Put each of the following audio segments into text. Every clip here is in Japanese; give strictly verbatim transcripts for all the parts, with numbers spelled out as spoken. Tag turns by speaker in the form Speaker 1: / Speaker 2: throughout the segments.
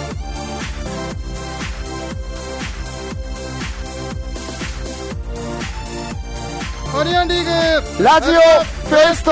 Speaker 1: オリオンリーグ
Speaker 2: ラジオフェスト。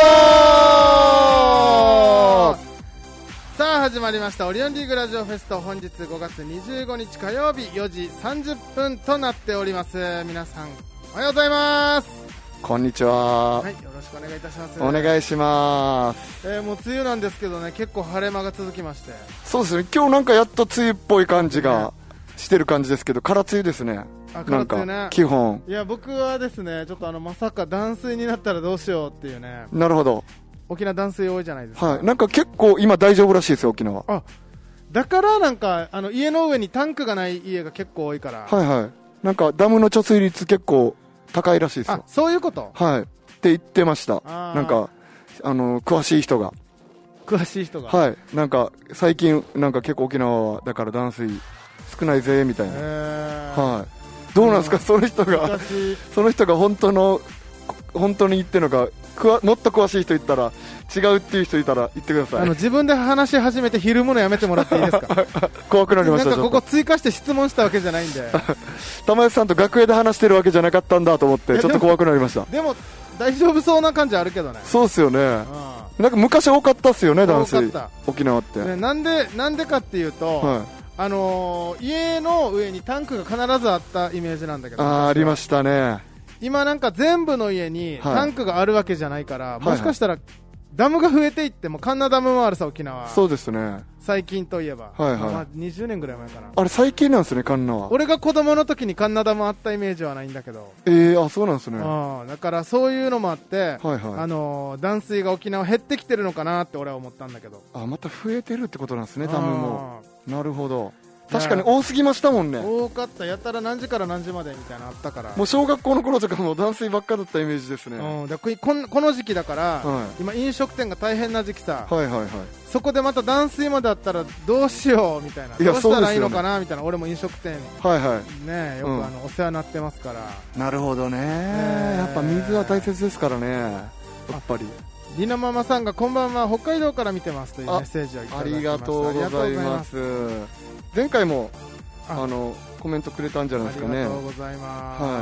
Speaker 1: さあ始まりましたオリオンリーグラジオフェスト。本日ごがつにじゅうごにち火曜日よじさんじゅっぷんとなっております。皆さんおはようございます。
Speaker 2: こんにちは。
Speaker 1: はい、よろしくお願いいたします。
Speaker 2: お願いします。
Speaker 1: えー、もう梅雨なんですけどね、結構晴れ間が続きまして。
Speaker 2: そうですね、今日なんかやっと梅雨っぽい感じがしてる感じですけど、空梅雨ですね。
Speaker 1: あ、空梅雨ね。
Speaker 2: なんか基本。
Speaker 1: いや僕はですね、ちょっとあのまさか断水になったらどうしようっていうね。
Speaker 2: なるほど。
Speaker 1: 沖縄断水多いじゃないですか。
Speaker 2: はい、なんか結構今大丈夫らしいですよ、沖縄。
Speaker 1: あ、だからなんかあの家の上にタンクがない家が結構多いから。
Speaker 2: はいはい。なんかダムの貯水率結構高いらしいですよ。
Speaker 1: あ、そういうこと。
Speaker 2: はい。って言ってました。なんかあの詳しい人が。
Speaker 1: 詳しい人が。
Speaker 2: はい。なんか最近なんか結構沖縄はだから断水少ないぜみたいな。はい。どうなんですか、その人がその人が本当の本当に言ってるのか、くわもっと詳しい人言ったら違うっていう人いたら言ってください。
Speaker 1: あの自分で話し始めてひるむのやめてもらっていいですか。
Speaker 2: 怖くなりました。
Speaker 1: なんかここ追加して質問したわけじゃないんで。
Speaker 2: 玉安さんと楽屋で話してるわけじゃなかったんだと思ってちょっと怖くなりました。
Speaker 1: でも大丈夫そうな感じあるけどね。
Speaker 2: そうですよね、うん、なんか昔多かったっすよね、断水沖縄って、
Speaker 1: ね、なんでなんでかっていうと、はい、あのー、家の上にタンクが必ずあったイメージなんだけど。
Speaker 2: あー、ありましたね。
Speaker 1: 今なんか全部の家にタンクがあるわけじゃないから、はい、もしかしたらダムが増えていっても、カンナダムもあるさ、沖縄。
Speaker 2: そうですね、
Speaker 1: 最近といえば、
Speaker 2: はいはい、
Speaker 1: まあ、にじゅうねんぐらい前かな。
Speaker 2: あれ最近なんですね、カンナは。
Speaker 1: 俺が子供の時にカンナダムあったイメージはないんだけど。
Speaker 2: えー、あ、そうなんですね。
Speaker 1: あ、だからそういうのもあって、はいはい、あのー、断水が沖縄減ってきてるのかなって俺は思ったんだけど。
Speaker 2: あ、また増えてるってことなんですね、ダムも。なるほど。確かに多すぎましたもんね。
Speaker 1: 多かった。やたら何時から何時までみたいなのあったから、
Speaker 2: もう小学校の頃とかも断水ばっかだったイメージですね。
Speaker 1: うん、だこのこの時期だから、はい、今飲食店が大変な時期さ、
Speaker 2: はいはいはい、
Speaker 1: そこでまた断水まであったらどうしようみたいな、どうしたらいいのかなみたいな。俺も飲食店、
Speaker 2: はいはい
Speaker 1: ね、よくあの、うん、お世話になってますから。
Speaker 2: なるほどね、えー、やっぱ水は大切ですからね、やっぱり。
Speaker 1: りなママさんがこんばんは、北海道から見てますというメッセージをいただきました。
Speaker 2: ありがとうございます。前回もあのコメントくれたんじゃないですかね。
Speaker 1: ありがとうございます、はい。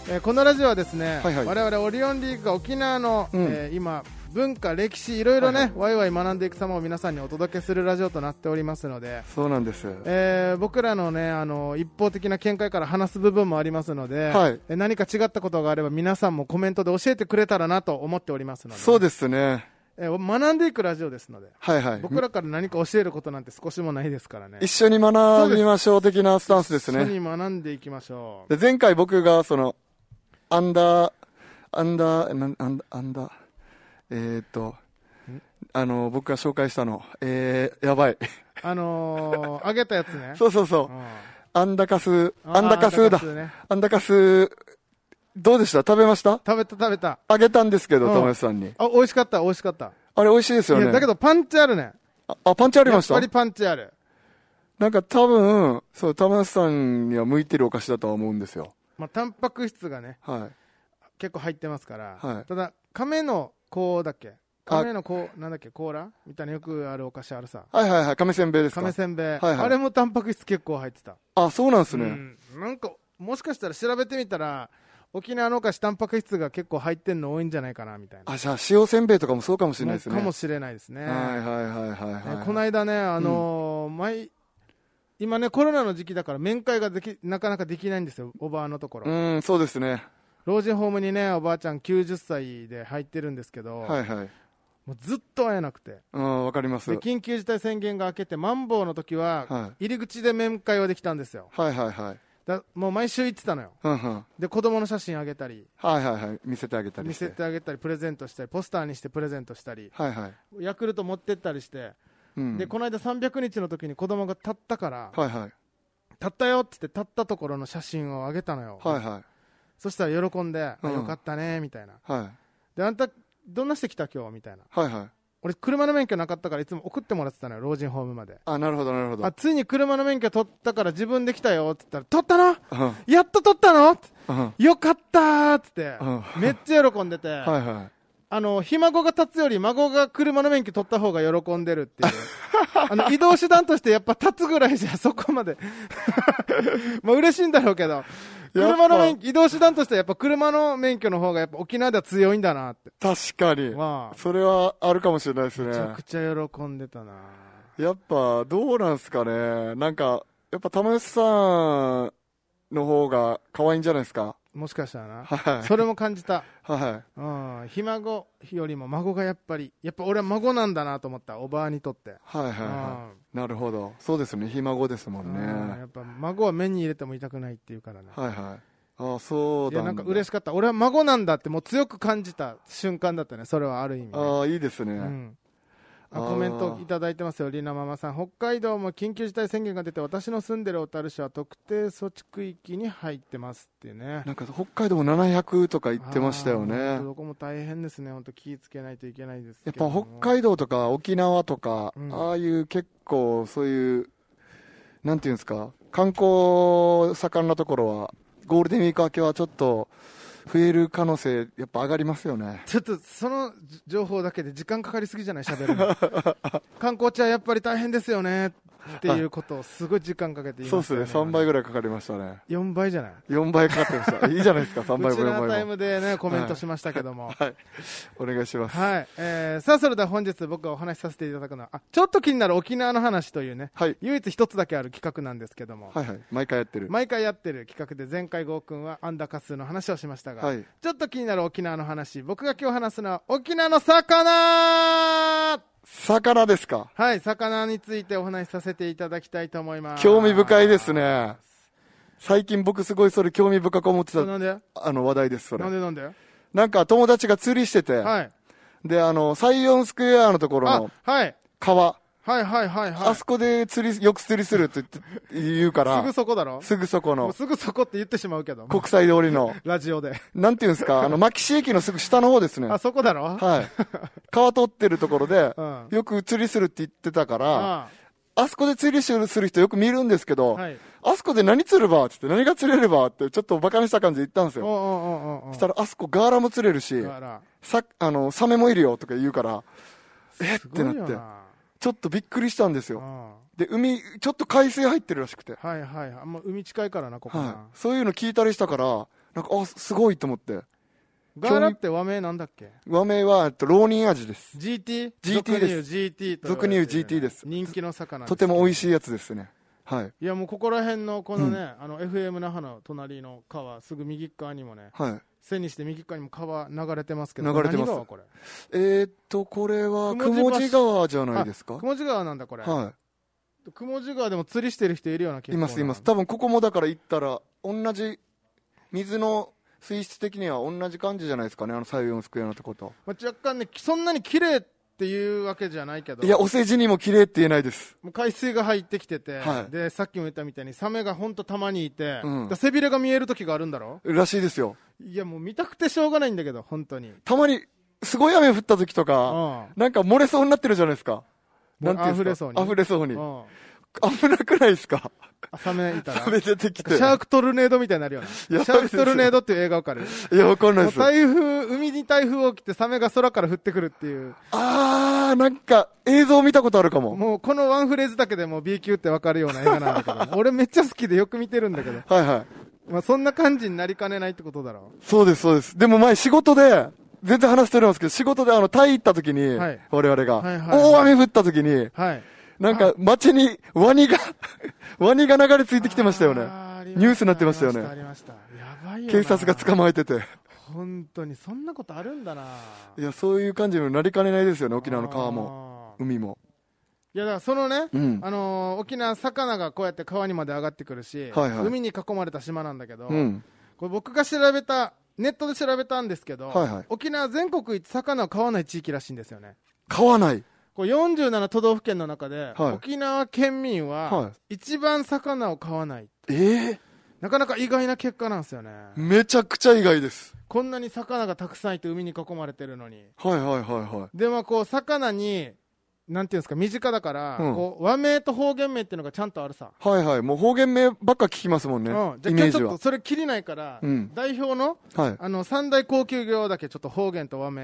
Speaker 1: えー、このラジオはですね、はいはい、我々オリオンリーグが沖縄の、うん、えー、今文化歴史いろいろね、はいはい、ワイワイ学んでいく様を皆さんにお届けするラジオとなっておりますので。
Speaker 2: そうなんです、
Speaker 1: えー、僕らのね、あの一方的な見解から話す部分もありますので、はい、えー、何か違ったことがあれば皆さんもコメントで教えてくれたらなと思っておりますので、ね、
Speaker 2: そうですね、
Speaker 1: えー、学んでいくラジオですので、
Speaker 2: はいはい、
Speaker 1: 僕らから何か教えることなんて少しもないですからね。
Speaker 2: 一緒に学びましょう的なスタンスですね。
Speaker 1: 一緒に学んでいきましょ
Speaker 2: う。で前回僕がそのアンダーアンダーなんアンダーアンダーえー、っとあの僕が紹介したの、えー、やばい
Speaker 1: あのー、揚げたやつね。
Speaker 2: そうそうそう、うん、アンダカスアンダカスだ、ね、アンダカスどうでした？食べました？
Speaker 1: 食べた食べた。
Speaker 2: あげたんですけど、玉井さんに。
Speaker 1: あ、美味しかった美味しかった。
Speaker 2: あれ美味しいですよね。いや
Speaker 1: だけどパンチあるね。
Speaker 2: あ、あパンチありました？
Speaker 1: やっぱりパンチある。
Speaker 2: なんか多分そう玉井さんには向いてるお菓子だとは思うんですよ。
Speaker 1: まあタンパク質がね、はい、結構入ってますから。はい、ただ亀の甲だっけ？亀の甲なんだっけ？甲羅みたいなよくあるお菓子あるさ。
Speaker 2: はいはいはい、亀せんべいですか？
Speaker 1: 亀せんべい。はいはい、あれもタンパク質結構入ってた。
Speaker 2: あ、そうなんですね。うん、
Speaker 1: なんかもしかしたら調べてみたら。沖縄のお菓子タンパク質が結構入ってんの多いんじゃないかなみたいな。
Speaker 2: あ、じゃあ塩せんべいとかもそうかもしれないですね。
Speaker 1: かもしれないですね。
Speaker 2: はいはいはいはい、はい、
Speaker 1: ね、この間ね、あのーうん、毎今ねコロナの時期だから面会ができなかなかできないんですよ、おばあのところ。
Speaker 2: うん、そうですね。
Speaker 1: 老人ホームにねおばあちゃんきゅうじゅっさいで入ってるんですけど、はいはい、もうずっと会えなくて。
Speaker 2: うん、わかります。
Speaker 1: で緊急事態宣言が明けてマンボウの時は、はい、入り口で面会はできたんですよ。
Speaker 2: はいはいはい。
Speaker 1: だもう毎週行ってたのよ、うんうん、で子供の写真あげたり、
Speaker 2: はいはいはい、見せてあげたり
Speaker 1: 見せてあげたりプレゼントしたりポスターにしてプレゼントしたり、はいはい、ヤクルト持ってったりして、うん、でこの間さんびゃくにちの時に子供が立ったから、はいはい、立ったよって言って立ったところの写真をあげたのよ、はいはい、そしたら喜んで、うん、よかったねみたいな、はい、であんたどんなしてきた今日みたいな、はいはい、俺車の免許なかったからいつも送ってもらってたのよ、老人ホームまで。あ、
Speaker 2: なるほどなるほど。
Speaker 1: あ、ついに車の免許取ったから自分で来たよって言ったら、取ったの、うん、やっと取ったの、うん、よかったーって、うん、めっちゃ喜んでて、はいはい、 あのひ孫が立つより孫が車の免許取った方が喜んでるっていうあの移動手段としてやっぱ立つぐらいじゃそこまでまあ嬉しいんだろうけど、車の免移動手段としてやっぱ車の免許の方がやっぱ沖縄では強いんだなって。
Speaker 2: 確かに、まあ、それはあるかもしれないですね。
Speaker 1: めちゃくちゃ喜んでたな。
Speaker 2: やっぱどうなんすかね。なんかやっぱ玉吉さんの方が可愛いんじゃないですか。
Speaker 1: もしかしたらな、
Speaker 2: はい、
Speaker 1: それも感じた。
Speaker 2: はい、
Speaker 1: うん、ひ孫よりも孫がやっぱりやっぱ俺は孫なんだなと思った、おばあにとって。
Speaker 2: はいはいはい、なるほど。そうですね、ひ孫ですもんね。
Speaker 1: やっぱ孫は目に入れても痛くないっていうからね。
Speaker 2: はいはい、ああそうだ。いや
Speaker 1: なんか嬉しかった。俺は孫なんだってもう強く感じた瞬間だったね、それはある意味、ね。
Speaker 2: ああいいですね。
Speaker 1: うん、あコメントいただいてますよ。りなママさん、北海道も緊急事態宣言が出て私の住んでる小樽市は特定措置区域に入ってますっていうね。
Speaker 2: なんか北海道もななひゃくとか言ってましたよね。
Speaker 1: どこも大変ですね。本当気をつけないといけないです
Speaker 2: けど。やっぱ北海道とか沖縄とか、うん、ああいう結構そういうなんていうんですか、観光盛んなところはゴールデンウィーク明けはちょっと増える可能性やっぱ上がりますよね。
Speaker 1: ちょっとその情報だけで時間かかりすぎじゃない、喋るの観光地はやっぱり大変ですよねっていうことをすごい時間かけて言いましたね。
Speaker 2: そうですね、さんばいぐらいかかりましたね。
Speaker 1: よんばいじゃない、
Speaker 2: よんばいかかってましたいいじゃないですか、さんばいもよんばいも。
Speaker 1: うちのタイムでねコメントしましたけども、
Speaker 2: はいはい、お願いします。
Speaker 1: はい、えー、さあそれでは本日僕がお話しさせていただくのは、あちょっと気になる沖縄の話というね、はい、唯一一つだけある企画なんですけども、
Speaker 2: はいはい、毎回やってる
Speaker 1: 毎回やってる企画で、前回ゴーくんはアンダーカスの話をしましたが、はい、ちょっと気になる沖縄の話、僕が今日話すのは沖縄の魚。
Speaker 2: 魚ですか。
Speaker 1: はい、魚についてお話しさせていただきたいと思います。
Speaker 2: 興味深いですね。最近僕すごいそれ興味深く思ってた
Speaker 1: なんで
Speaker 2: あの話題です。それ
Speaker 1: なんでなんで
Speaker 2: なんか友達が釣りしてて、はい、であのサイオンスクエアのところの川、はいはいはいはい。あそこで釣り、よく釣りするって言って言うから。
Speaker 1: すぐそこだろ？
Speaker 2: すぐそこの。
Speaker 1: すぐそこって言ってしまうけど。
Speaker 2: 国際通りの。
Speaker 1: ラジオで。
Speaker 2: なんていうんですか、あの、牧志駅のすぐ下の方ですね。
Speaker 1: あ、そこだろ？
Speaker 2: はい。川通ってるところで、うん、よく釣りするって言ってたから、あ, あそこで釣りする人よく見るんですけど、はい、あそこで何釣るばって言って、何が釣れればって、ちょっとバカにした感じで言ったんですよ。おうおうおうおう、そしたら、あそこガーラも釣れるし、さあの、サメもいるよとか言うから、えってなって。ちょっとびっくりしたんですよ。で、海、ちょっと海水入ってるらしくて。
Speaker 1: はいはい。あんま海近いからな、ここな、はい。
Speaker 2: そういうの聞いたりしたから、なんか、あ、すごいと思って。
Speaker 1: ガーラって和名なんだっけ？
Speaker 2: 和名は、浪人味です。
Speaker 1: ジーティー？
Speaker 2: ジーティー です。
Speaker 1: ジーティー と。
Speaker 2: 俗に言う ジーティー です。
Speaker 1: 人気の魚です。
Speaker 2: とても美味しいやつですね。はい。
Speaker 1: いやもうここら辺のこのね、うん、あの エフエム 那覇の隣の川、すぐ右側にもね、はい。背にして右側にも川流れてますけど、
Speaker 2: 流れてます。
Speaker 1: 何川これ？
Speaker 2: えー、っとこれは雲地川じゃないですか？
Speaker 1: 雲地川なんだこれ。
Speaker 2: はい。
Speaker 1: 雲地川でも釣りしてる人いるような気が。
Speaker 2: いますいます。多分ここもだから行ったら同じ水の水質的には同じ感じじゃないですかね。あのサイオンスクエアのとこと。
Speaker 1: まあ、若干ねそんなに綺麗っていうわけじゃないけど。
Speaker 2: いやお世辞にも綺麗って言えないです。
Speaker 1: もう海水が入ってきてて、はい、でさっきも言ったみたいにサメが本当たまにいて、うん、背びれが見える時があるんだろ？
Speaker 2: らしいですよ。
Speaker 1: いやもう見たくてしょうがないんだけど本当に。
Speaker 2: たまにすごい雨降った時とか、うん、なんか漏れそうになってるじゃないですか。
Speaker 1: なんていうんですか？溢れそうに。
Speaker 2: 溢れそうに。うん危なくないですか？
Speaker 1: サメいたら。
Speaker 2: サメ出てきて。
Speaker 1: シャークトルネードみたいになるよね。シャークトルネードっていう映画わかる？
Speaker 2: いや、わかんないです。
Speaker 1: 台風、海に台風起きてサメが空から降ってくるっていう。
Speaker 2: あー、なんか映像見たことあるかも。
Speaker 1: もうこのワンフレーズだけでもう ビー 級ってわかるような映画なんだけど。俺めっちゃ好きでよく見てるんだけど。
Speaker 2: はいはい。
Speaker 1: まあそんな感じになりかねないってことだろう。
Speaker 2: そうですそうです。でも前仕事で、全然話しておりますけど、仕事であの、タイ行った時に、はい、我々が、はいはいはい、大雨降った時に、はい、なんか街にワニがワニが流れ着いてきてましたよね。ニュースになってましたよね。
Speaker 1: ありました。やばいよな。
Speaker 2: 警察が捕まえてて。
Speaker 1: 本当にそんなことあるんだな。
Speaker 2: いやそういう感じになりかねないですよね。沖縄の川も海も。
Speaker 1: いやだからそのね、うん、あのー、沖縄魚がこうやって川にまで上がってくるし、はいはい、海に囲まれた島なんだけど、うん、これ僕が調べたネットで調べたんですけど、はいはい、沖縄全国一魚を飼わない地域らしいんですよね。
Speaker 2: 飼わない。
Speaker 1: これよんじゅうなな都道府県の中で、はい、沖縄県民は一番魚を飼わない。
Speaker 2: えー、
Speaker 1: なかなか意外な結果なんですよね。
Speaker 2: めちゃくちゃ意外です。
Speaker 1: こんなに魚がたくさんいて海に囲まれてるのに。
Speaker 2: はいはいはいはい。
Speaker 1: でもこう魚になんていうんですか身近だから、うん、こう和名と方言名っていうのがちゃんとあるさ。
Speaker 2: はいはい。もう方言名ばっか聞きますもんね。うん、じゃあ今日ちょっと
Speaker 1: それ切りないから、うん、代表の、はい、あの三大高級魚だけちょっと方言と和名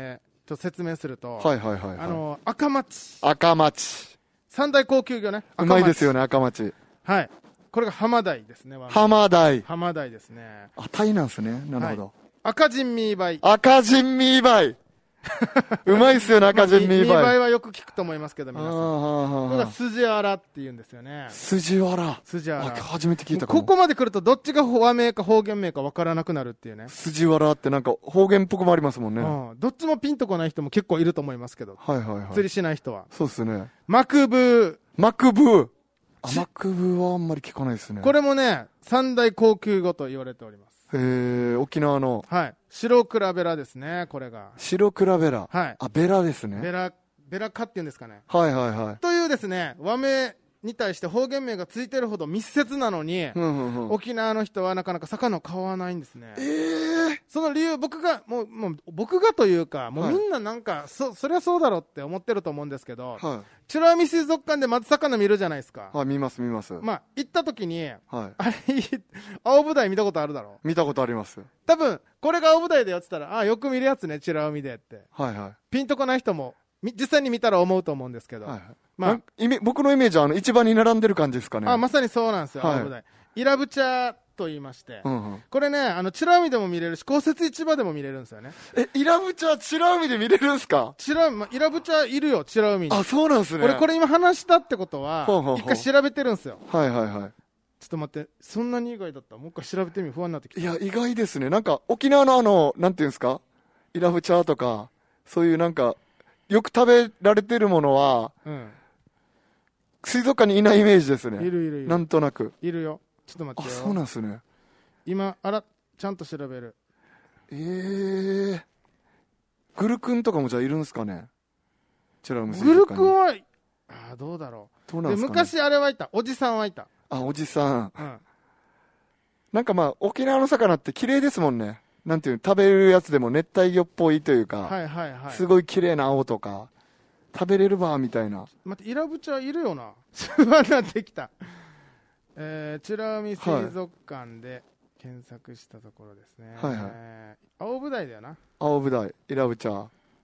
Speaker 1: ちょっと説明すると、
Speaker 2: はいはいはい、はい、
Speaker 1: あの赤町
Speaker 2: 赤町
Speaker 1: 三大高級魚ね、
Speaker 2: うまいですよね赤町。はい、
Speaker 1: これが浜鯛ですね。
Speaker 2: 浜鯛
Speaker 1: 浜鯛ですね。
Speaker 2: あ、鯛なんですね。なるほど、はい、
Speaker 1: 赤珍味貝
Speaker 2: 赤珍味貝うまいっすよね赤珍味貝。
Speaker 1: まあ、見栄えはよく聞くと思いますけど皆さん。これが筋あらって言うんですよね。
Speaker 2: 筋あら
Speaker 1: 筋あら
Speaker 2: 初めて聞いたかも。
Speaker 1: ここまで来るとどっちが和名か方言名か分からなくなるっていうね。
Speaker 2: 筋あらってなんか方言っぽくもありますもんね、
Speaker 1: うん、どっちもピンとこない人も結構いると思いますけど、
Speaker 2: はいはいはい、
Speaker 1: 釣りしない人は。
Speaker 2: そうですね。
Speaker 1: マクブー
Speaker 2: マクブーあマクブーはあんまり聞かないですね。
Speaker 1: これもね三大高級魚と言われております。
Speaker 2: へえ、沖縄の。
Speaker 1: はい。白クラベラですね、これが。
Speaker 2: 白クラベラ。
Speaker 1: はい。
Speaker 2: あ、ベラですね。
Speaker 1: ベラ、ベラ科っていうんですかね。
Speaker 2: はいはいはい。
Speaker 1: というですね、和名に対して方言名がついてるほど密接なのに、うんうんうん、沖縄の人はなかなか魚を買わないんですね。
Speaker 2: えー、
Speaker 1: その理由、僕が、もう、もう僕がというか、もうみんななんか、はい、そ、そりゃそうだろうって思ってると思うんですけど、はい。美ら海水族館で松魚見るじゃないですか。
Speaker 2: はい、見ます見ます。
Speaker 1: まあ、行った時に、はい、あれ、青ブダイ見たことあるだろう。
Speaker 2: 見たことあります。
Speaker 1: 多分、これが青ブダイだよって言ったら、ああ、よく見るやつね、美ら海でって。
Speaker 2: はいはい。
Speaker 1: ピンとこない人も、実際に見たら思うと思うんですけど。はいはい。
Speaker 2: まあ、イメ僕のイメージはあの市場に並んでる感じですかね。
Speaker 1: あ、まさにそうなんですよ、はい、青ブダイ。イラブチャと言いまして、うんうん、これね、あの、美ら海でも見れるし、公設市場でも見れるんですよね。
Speaker 2: え、イラブチャ美ら海で見れるんですか？
Speaker 1: 美ら海、まあ、イラブチャいるよ、美ら海に。
Speaker 2: あ、そうなんですね。
Speaker 1: 俺これ今話したってことは、ほうほうほう一回調べてるんですよ。
Speaker 2: はいはいはい。
Speaker 1: ちょっと待って、そんなに意外だったらもう一回調べてみる不安になってきた。
Speaker 2: いや、意外ですね。なんか、沖縄のあの、なんていうんですか、イラブチャとか、そういうなんか、よく食べられてるものは、うん、水族館にいないイメージですね。
Speaker 1: いるいるいる。
Speaker 2: なんとなく。
Speaker 1: いるよ。ちょっと待ってよ。
Speaker 2: あ、そうなんですね。
Speaker 1: 今、あら、ちゃんと調べる。
Speaker 2: えー。グルクンとかもじゃあいるんですかね。チュラム水
Speaker 1: グル
Speaker 2: 族館に。
Speaker 1: クンは、あ、どうだろう。
Speaker 2: どうなんですかね。
Speaker 1: で、昔あれはいた。おじさんはいた。
Speaker 2: あ、おじさん。うん。なんかまあ、沖縄の魚って綺麗ですもんね。なんていう、食べるやつでも熱帯魚っぽいというか、
Speaker 1: はいはいはい。
Speaker 2: すごい綺麗な青とか、食べれるばみたいな。
Speaker 1: 待って、イラブチャいるよな。不安になってきた。えー、美ら海水族館で検索したところですね。はいはい。えー、青ブダイだよな。
Speaker 2: 青ブダイ、イラブチャ。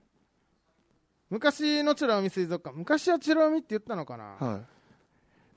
Speaker 1: 昔の美ら海水族館、昔は美ら海って言ったのかな。はい。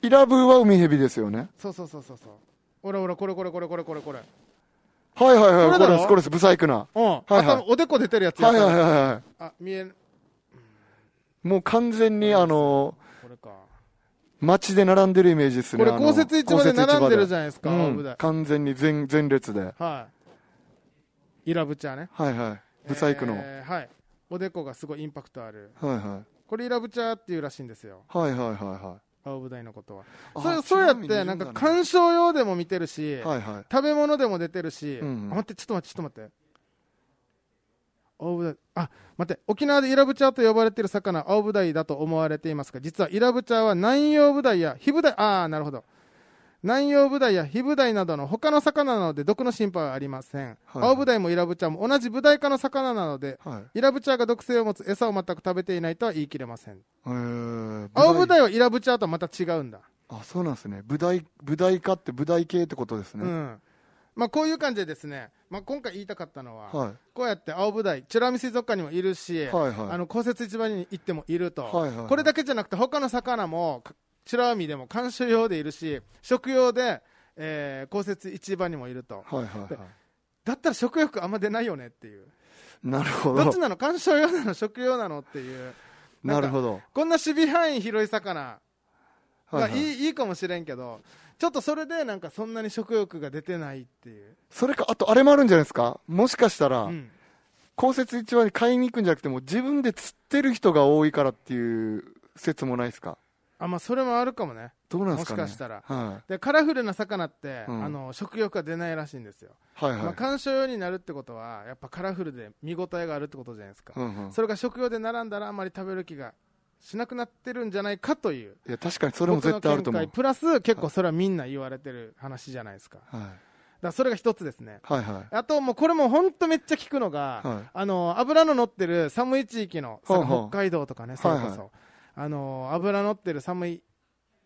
Speaker 2: イラブーは海蛇ですよね。
Speaker 1: そうそうそうそうそう。ほらほら、これこれこれこれこれこれ。
Speaker 2: はいはいはい、これです、これです、ブサイクな。
Speaker 1: うん。はいはい、頭、おでこ出てるやつや。
Speaker 2: はいはいはいはい。
Speaker 1: あ、見える。
Speaker 2: もう完全にあのー、これか。街で並んでるイメージですね。
Speaker 1: これ、公設市場で並んでるじゃないですか、
Speaker 2: うん、完全に前、前列で。
Speaker 1: はい。イラブチャね。
Speaker 2: はいはい。ブサイクの、
Speaker 1: えー。はい。おでこがすごいインパクトある。
Speaker 2: はいはい。
Speaker 1: これイラブチャっていうらしいんですよ。
Speaker 2: はいはいはいはい。
Speaker 1: 青ブダイのことは。そう、そうやって、なんか観賞用でも見てるし、はいはい、食べ物でも出てるし、うんうん、あ、待って、ちょっと待って、ちょっと待って。青ブダイ、あ、待って、沖縄でイラブチャーと呼ばれている魚、青ブダイだと思われていますが、実はイラブチャーは南洋ブダイやヒブダイ、あー、なるほど。南洋ブダイやヒブダイなどの他の魚なので毒の心配はありません。はい、青ブダイもイラブチャーも同じブダイ科の魚なので、はい、イラブチャーが毒性を持つ餌を全く食べていないとは言い切れません。
Speaker 2: へー、
Speaker 1: 青ブダイはイラブチャーとはまた違うんだ。
Speaker 2: あ、そうなんですね。ブダイ、ブダイ科ってブダイ系ってことですね。
Speaker 1: うん。まあこういう感じでですね、まあ今回言いたかったのは、はい、こうやって青ブダイ、美ら海水族館にもいるし、はいはい、あの公設市場に行ってもいると、はいはいはい、これだけじゃなくて他の魚も美ら海でも観賞用でいるし、食用で、えー、公設市場にもいると、はいはいはい、だったら食欲あんま出ないよねっていう。
Speaker 2: なるほど。
Speaker 1: どっちなの、観賞用なの食用なのっていう。
Speaker 2: なるほど。
Speaker 1: こんな守備範囲広い魚がいい、はいはい、いいかもしれんけど、ちょっとそれでなんかそんなに食欲が出てないっていう。
Speaker 2: それか、あとあれもあるんじゃないですか。もしかしたら、うん、公設市場に買いに行くんじゃなくても自分で釣ってる人が多いからっていう説もないですか。
Speaker 1: あ、まあそれもあるかもね。
Speaker 2: どうなんですかね。
Speaker 1: もしかしたら。
Speaker 2: はい、
Speaker 1: でカラフルな魚って、うん、あの食欲が出ないらしいんですよ。はいはい。まあ、観賞用になるってことはやっぱカラフルで見応えがあるってことじゃないですか。うんうん、それが食用で並んだらあんまり食べる気がしなくなってるんじゃないかという。
Speaker 2: いや確かにそれも絶対あると思う。
Speaker 1: プラス結構それはみんな言われてる話じゃないですか。はい。だからそれが一つですね。はいはい。あともうこれも本当めっちゃ聞くのが、はい、あの油の乗ってる寒い地域の北海道とかね、それこそ、はいはい、あの油乗ってる寒い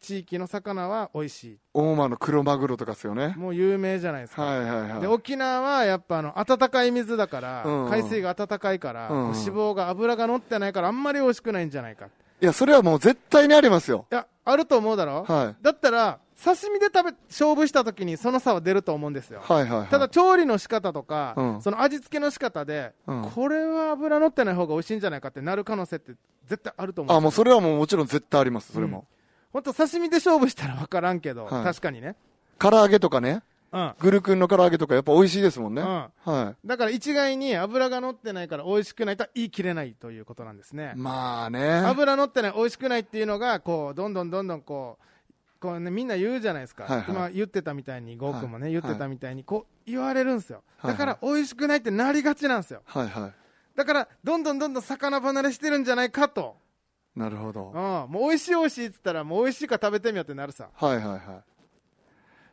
Speaker 1: 地域の魚は美味しい。
Speaker 2: 大間の黒マグロとかですよね。
Speaker 1: もう有名じゃないですか。
Speaker 2: はいはいはい。
Speaker 1: で沖縄はやっぱあの温かい水だから、うんうん、海水が温かいから、うんうん、脂肪が油が乗ってないからあんまり美味しくないんじゃないか。
Speaker 2: いやそれはもう絶対にありますよ。
Speaker 1: いやあると思うだろ、はい、だったら刺身で食べ勝負した時にその差は出ると思うんですよ、はいはいはい、ただ調理の仕方とか、うん、その味付けの仕方で、うん、これは油乗ってない方が美味しいんじゃないかってなる可能性って絶対あると思うんですよ。
Speaker 2: あもうそれはもうもちろん絶対あります。それも
Speaker 1: 本当、うん、刺身で勝負したら分からんけど、はい、確かにね
Speaker 2: 唐揚げとかね、うん、グルクンの唐揚げとかやっぱ美味しいですもんね、うん
Speaker 1: はい、だから一概に油が乗ってないから美味しくないとは言い切れないということなんですね。
Speaker 2: まあね
Speaker 1: 油乗ってない美味しくないっていうのがこうどんどんどんどんこうこうね、みんな言うじゃないですか、はいはい、今言ってたみたいにゴーくんもね、はい、言ってたみたいにこう言われるんですよ、はいはい、だから美味しくないってなりがちなんですよ、はいはい、だからどんどんどんどん魚離れしてるんじゃないかと。
Speaker 2: なるほど、
Speaker 1: うん、もう美味しい美味しいっつったらもう美味しいから食べてみようってなるさ。
Speaker 2: はいはいはい。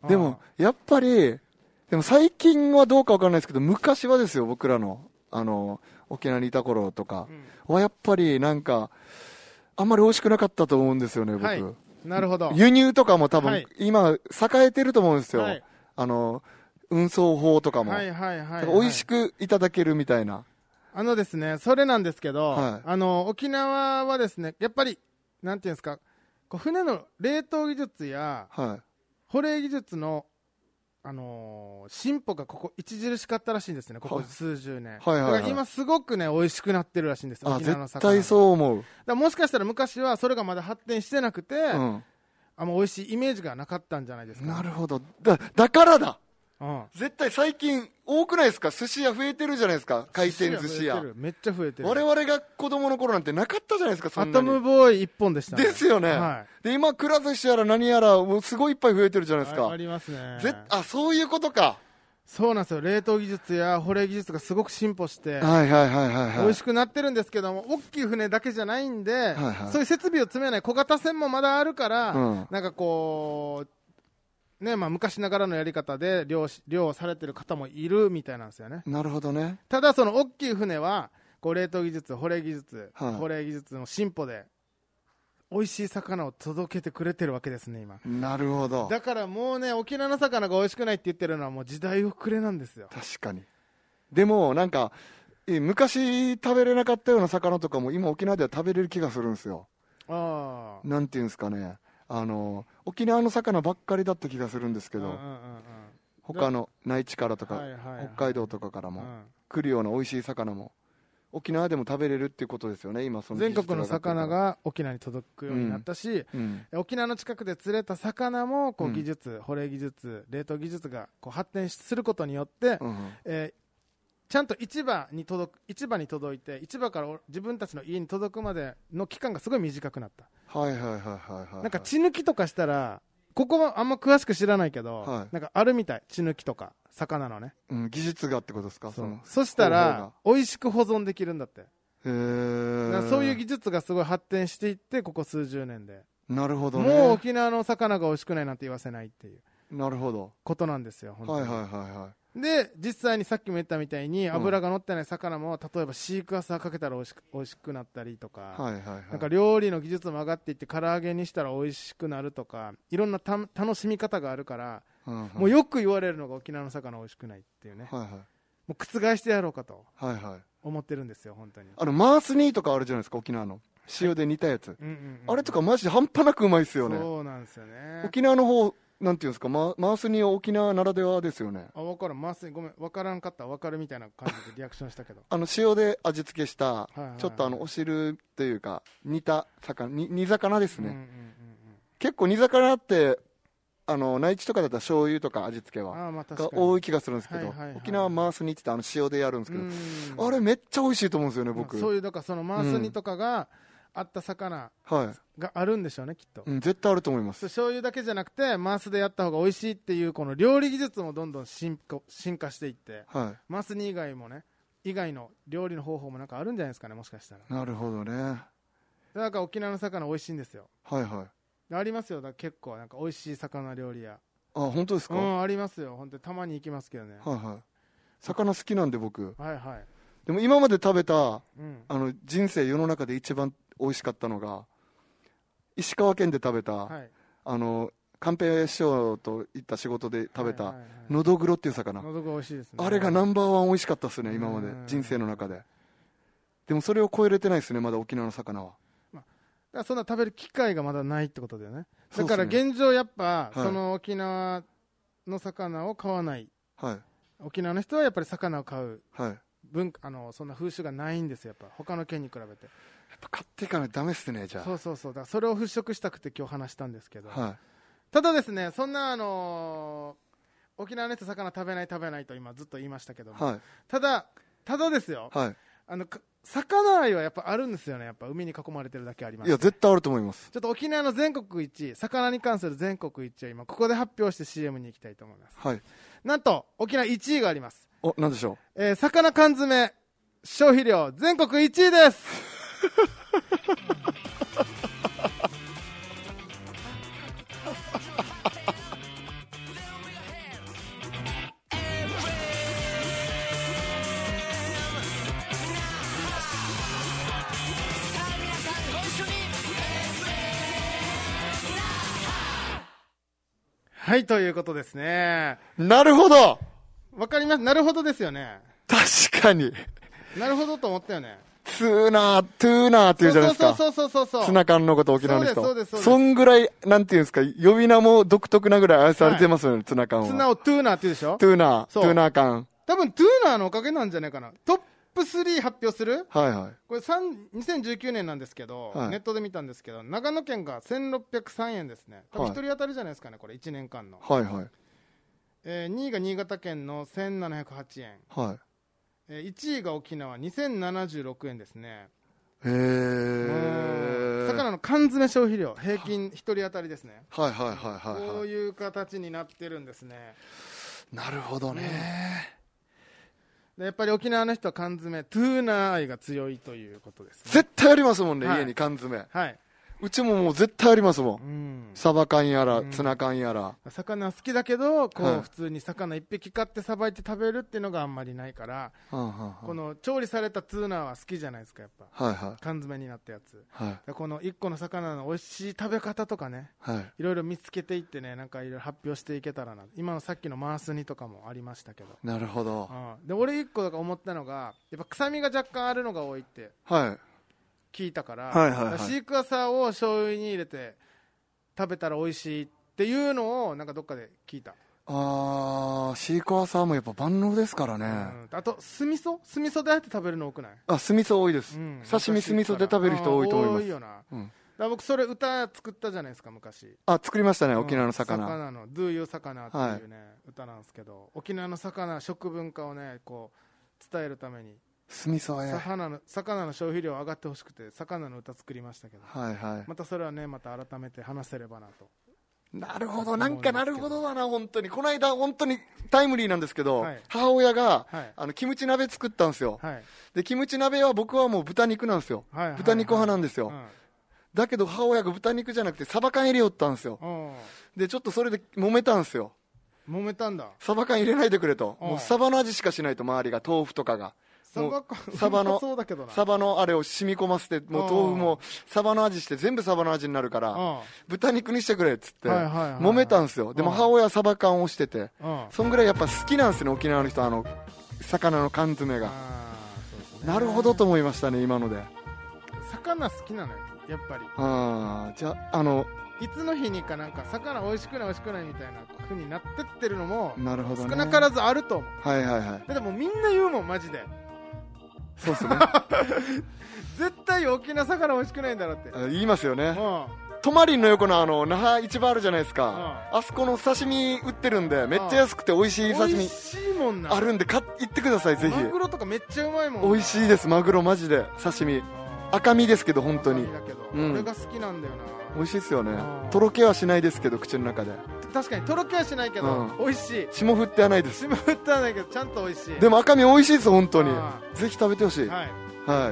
Speaker 2: でもやっぱりでも最近はどうかわからないですけど昔はですよ僕らのあの沖縄にいた頃とかはやっぱりなんかあんまり美味しくなかったと思うんですよね僕、はい、
Speaker 1: なるほど。
Speaker 2: 輸入とかも多分、はい、今栄えてると思うんですよ、はい、あの運送法とかも、はいはいはいはい、美味しくいただけるみたいな。
Speaker 1: あのですねそれなんですけど、はい、あの沖縄はですねやっぱりなんていうんですかこう船の冷凍技術や、はい、保冷技術のあのー、進歩がここ著しかったらしいんですねここ数十年、はいはいはいはい、だから今すごくね美味しくなってるらしいんです
Speaker 2: 沖縄の魚。絶対そう思う。
Speaker 1: だからもしかしたら昔はそれがまだ発展してなくて、うん、あんま美味しいイメージがなかったんじゃないですか、ね、
Speaker 2: なるほど だ, だからだ、うん、絶対最近多くないですか寿司屋増えてるじゃないですか回転寿司屋
Speaker 1: めっちゃ増えてる。
Speaker 2: 我々が子供の頃なんてなかったじゃないですかそんなに。
Speaker 1: アトムボーイ一本でしたね。
Speaker 2: ですよね、はい、で今くら寿司やら何やらもうすごいいっぱい増えてるじゃないですか。
Speaker 1: あ, ありますね。
Speaker 2: ぜあそういうことか。
Speaker 1: そうなんですよ。冷凍技術や保冷技術がすごく進歩して、
Speaker 2: はいはいはいはいはい、
Speaker 1: 美味しくなってるんですけども大きい船だけじゃないんで、はいはい、そういう設備を積めない小型船もまだあるから、うん、なんかこうねまあ、昔ながらのやり方で 漁, 漁をされてる方もいるみたいなんですよね。
Speaker 2: なるほどね。
Speaker 1: ただその大きい船はこう冷凍技術保冷技術、はい、保冷技術の進歩で美味しい魚を届けてくれてるわけですね今。
Speaker 2: なるほど。
Speaker 1: だからもうね沖縄の魚が美味しくないって言ってるのはもう時代遅れなんですよ。
Speaker 2: 確かに。でもなんか昔食べれなかったような魚とかも今沖縄では食べれる気がするんですよ。ああなんていうんですかねあの沖縄の魚ばっかりだった気がするんですけど、うんうんうんうん、他の内地からとか、はいはいはい、北海道とかからも来るような美味しい魚も沖縄でも食べれるっていうことですよね今その
Speaker 1: 全国の魚が沖縄に届くようになったし、うんうん、沖縄の近くで釣れた魚もこう技術、うん、保冷技術冷凍技術がこう発展することによって、うんうんえーちゃんと市場に届く市場に届いて市場から自分たちの家に届くまでの期間がすごい短くなった。
Speaker 2: はいはいはいはいはい、はい、
Speaker 1: なんか血抜きとかしたらここはあんま詳しく知らないけど、はい、なんかあるみたい血抜きとか魚のね、
Speaker 2: うん、技術がってことですか。
Speaker 1: そ,
Speaker 2: そ, の
Speaker 1: そしたら美味しく保存できるんだって。へ
Speaker 2: え。
Speaker 1: そういう技術がすごい発展していってここ数十年で。
Speaker 2: なるほどね。
Speaker 1: もう沖縄の魚が美味しくないなんて言わせないっていう
Speaker 2: なるほど
Speaker 1: ことなんですよ本当に。
Speaker 2: はいはいはいはい。
Speaker 1: で実際にさっきも言ったみたいに脂が乗ってない魚も、うん、例えばシークワーサーかけたらおいしく、おいしくなったりとか、はいはいはい、なんか料理の技術も上がっていって唐揚げにしたらおいしくなるとかいろんなた楽しみ方があるから、うんうん、もうよく言われるのが沖縄の魚おいしくないっていうね、はいはい、もう覆してやろうかと思ってるんですよ本当に。
Speaker 2: あのマースニーとかあるじゃないですか沖縄の塩で煮たやつ、はいうんうんうん、あれとかマジで半端なくうまいですよね。
Speaker 1: そうなんですよね。
Speaker 2: 沖縄の方なんていうんですか、マース煮は沖縄ならではですよね。
Speaker 1: あ、分からん、マース煮ごめん分からんかったら分かるみたいな感じでリアクションしたけど
Speaker 2: あの塩で味付けした、はいはいはい、ちょっとあのお汁というか煮た魚、に煮魚ですね、うんうんうんうん、結構煮魚ってあの内地とかだったら醤油とか味付けはあ、まあ、が多い気がするんですけど、はいはいはい、沖縄はマース煮って言ってあの塩でやるんですけど、あれめっちゃ美味しいと思うんですよね僕、
Speaker 1: まあ、そういうだからそのマース煮とかが、うんあった魚があるんでしょうね、きっと、
Speaker 2: うん、絶対あると思います。
Speaker 1: 醤油だけじゃなくてマースでやった方が美味しいっていうこの料理技術もどんどん進化、進化していって、はい、マース煮以外もね以外の料理の方法もなんかあるんじゃないですかねもしかしたら。
Speaker 2: なるほどね。
Speaker 1: だから沖縄の魚美味しいんですよ。
Speaker 2: はいはい
Speaker 1: ありますよ。だから結構なんか美味しい魚料理屋。
Speaker 2: あ本当ですか。
Speaker 1: うんありますよ本当にたまに行きますけどね。
Speaker 2: はいはい魚好きなんで僕。
Speaker 1: はいはい
Speaker 2: でも今まで食べた、うん、あの人生世の中で一番美味しかったのが石川県で食べた、はい、 あの寛平師匠と行った仕事で食べたのどぐろっていう魚、
Speaker 1: のどぐろ美味しいですね。
Speaker 2: あれがナンバーワン美味しかったですね、今まで人生の中で。でもそれを超えれてないですね、まだ沖縄の魚は。
Speaker 1: まあ、だからそんな食べる機会がまだないってことだよね。だから現状やっぱその沖縄の魚を買わない、はい、沖縄の人はやっぱり魚を買う、はい、文あのそんな風習がないんですよ、やっぱ他の県に比べて。やっ
Speaker 2: ぱ買っていかないとダメっすね、じゃあ。
Speaker 1: そうそうそう、だからそれを払拭したくて今日話したんですけど、はい、ただですね、そんなあのー、沖縄の人魚食べない食べないと今ずっと言いましたけども、はい、ただただですよ、はい、あの魚愛はやっぱあるんですよね。やっぱ海に囲まれてるだけあります、ね、
Speaker 2: いや絶対あると思います。
Speaker 1: ちょっと沖縄の全国一魚に関する全国一を今ここで発表して シーエム に行きたいと思います、はい、なんと沖縄いちいがあります。
Speaker 2: お、なんでしょう、
Speaker 1: えー、魚缶詰消費量全国いちいですはい、ということですね。
Speaker 2: なるほど。
Speaker 1: わかります。なるほどですよね。
Speaker 2: 確かに。
Speaker 1: なるほどと思ったよね。
Speaker 2: ツーナー、トゥーナーって言うじゃないですか。
Speaker 1: そうそうそうそうそう。
Speaker 2: ツナ缶のこと沖縄の人。
Speaker 1: そうです、そうです。
Speaker 2: そんぐらい、なんていうんですか、呼び名も独特なぐらい愛されてますよね、はい、ツナ缶は。
Speaker 1: ツナをトゥーナーって言うでしょ。
Speaker 2: トゥーナー、トゥーナー缶。
Speaker 1: 多分トゥーナーのおかげなんじゃないかな。トップスリー発表する。
Speaker 2: はいはい。
Speaker 1: これにせんじゅうきゅうねんなんですけど、はい、ネットで見たんですけど、長野県がせんろっぴゃくさんえんですね。多分ひとり当たりじゃないですかね、これいちねんかんの。
Speaker 2: はいはい。
Speaker 1: えー、にいが新潟県のせんななひゃくはちえん、はい、えー、いちいが沖縄にせんななじゅうろくえんですね。
Speaker 2: へー。
Speaker 1: 魚の缶詰消費量平均ひとり当たりですね。
Speaker 2: はいはいはいはい、はい、
Speaker 1: こういう形になってるんですね。
Speaker 2: なるほどね、
Speaker 1: うん、でやっぱり沖縄の人は缶詰トゥーナー愛が強いということですね。
Speaker 2: 絶対ありますもんね、
Speaker 1: はい、
Speaker 2: 家に缶詰。
Speaker 1: はい、
Speaker 2: うちももう絶対ありますもん、うん、サバ缶やら、うん、ツナ缶やら。
Speaker 1: 魚好きだけどこう、はい、普通に魚一匹買ってさばいて食べるっていうのがあんまりないから、はあはあ、この調理されたツーナーは好きじゃないですか、やっぱ、はいはい、缶詰になったやつ、はい、この一個の魚の美味しい食べ方とかね、はい、いろいろ見つけていってね、なんかいろいろ発表していけたらな。今のさっきのマース煮とかもありましたけど。
Speaker 2: なるほど、
Speaker 1: うん、で俺一個だから思ったのがやっぱ臭みが若干あるのが多いって、はい聞いたから、はいはいはい、シークワーサーを醤油に入れて食べたら美味しいっていうのをなんかどっかで聞いた。
Speaker 2: あー、シークワーサーもやっぱ万能ですからね、うん、
Speaker 1: あと酢味噌酢味噌であえて食べるの多くない？
Speaker 2: あ、酢味噌多いです、うん、刺身酢味噌で食べる人多いと思います。
Speaker 1: 多いよな、うん、だから僕それ歌作ったじゃないですか昔。
Speaker 2: あ、作りましたね、沖縄の魚、
Speaker 1: うん、魚のドゥーユー魚っていうね、はい、歌なんですけど、沖縄の魚食文化をねこう伝えるために
Speaker 2: 酢味噌や
Speaker 1: 魚の魚の消費量上がってほしくて魚の歌作りましたけど、はいはい、またそれはねまた改めて話せればなと。
Speaker 2: なるほど、なんかなるほどだな、本当にこの間本当にタイムリーなんですけど、はい、母親が、はい、あのキムチ鍋作ったんですよ、はい、でキムチ鍋は僕はもう豚肉なんですよ、はいはいはい、豚肉派なんですよ、はい、だけど母親が豚肉じゃなくてサバ缶入れよったんですよ。でちょっとそれで揉めたんですよ。
Speaker 1: 揉めたんだ。
Speaker 2: サバ缶入れないでくれと、もうサバの味しかしないと、周りが豆腐とかが
Speaker 1: サバ
Speaker 2: サバのサバのあれを染み込ませて、もう豆腐もサバの味して全部サバの味になるから豚肉にしてくれっつって揉めたんですよ。でも母親はサバ缶をしてて、そんぐらいやっぱ好きなんですね、沖縄の人、あの魚の缶詰が。なるほどと思いましたね、今ので。
Speaker 1: 魚好きなのよやっぱり。
Speaker 2: あ、じゃあ、あの
Speaker 1: いつの日にかなんか魚美味しくない美味しくないみたいな風になってってるのも
Speaker 2: なるほど、ね、
Speaker 1: 少なからずあると思う。
Speaker 2: はいはいはい。
Speaker 1: でもみんな言うもんマジで。
Speaker 2: そうっすね
Speaker 1: 絶対沖縄魚美味しくないんだろって
Speaker 2: 言いますよね。トマリンの横のあの那覇市場あるじゃないですか、あそこの刺身売ってるんでめっちゃ安くて美味しい刺身あるんで買って行ってください、ぜひ。
Speaker 1: マグロとかめっちゃうまいもん。
Speaker 2: 美味しいです、マグロマジで。刺身赤身ですけど本当に、
Speaker 1: うん、俺が好きなんだよな。
Speaker 2: 美味しいですよね。とろけはしないですけど口の中で。
Speaker 1: 確かにとろけはしないけど、うん、美味しい。
Speaker 2: 霜降ってはないです。
Speaker 1: 霜降ってはないけどちゃんと美味しい。
Speaker 2: でも赤身美味しいです本当に。ぜひ食べてほしい。はい、はい。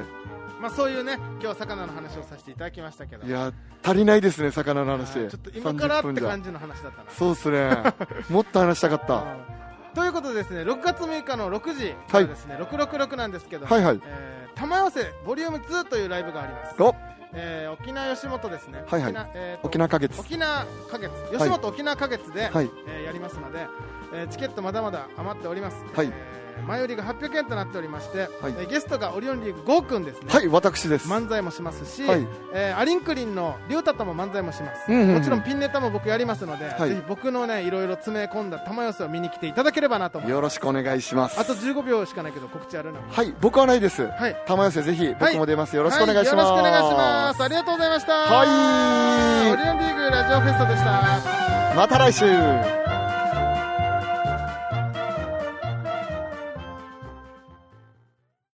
Speaker 1: まあそういうね、今日は魚の話をさせていただきましたけど。
Speaker 2: いや足りないですね、魚の話。ちょ
Speaker 1: っと今からって感じの話だったな。
Speaker 2: そうですねもっと話したかった
Speaker 1: ということでですね、ろくがつむいかのろくじからですね、はい、ろくろくろくなんですけど、はいはい、えー、 玉寄せボリュームツーというライブがあります。おえー、沖縄吉本ですね。
Speaker 2: はいはい。沖縄、えー、沖縄花月。
Speaker 1: 沖縄花月。吉本沖縄花月で、はい、えー、やりますので、えー、チケットまだまだ余っております。はい。えー前売りがはっぴゃくえんとなっておりまして、はい、えー、ゲストがオリオンリーグゴーくんですね。
Speaker 2: はい、私です。
Speaker 1: 漫才もしますし、はい、えー、アリンクリンのリュウタとも漫才もします、うんうんうん、もちろんピンネタも僕やりますので、はい、ぜひ僕のねいろいろ詰め込んだ玉寄せを見に来ていただければなと思います。
Speaker 2: よろしくお願いします。
Speaker 1: あとじゅうごびょうしかないけど告知あるの？
Speaker 2: はい、僕はないです。はい、玉寄せぜひ僕も出ます、はい、よろしくお願いします、はい、
Speaker 1: よろしくお願いします。ありがとうございました。
Speaker 2: はい、
Speaker 1: オリオンリーグラジオフェスタでした。
Speaker 2: また来週。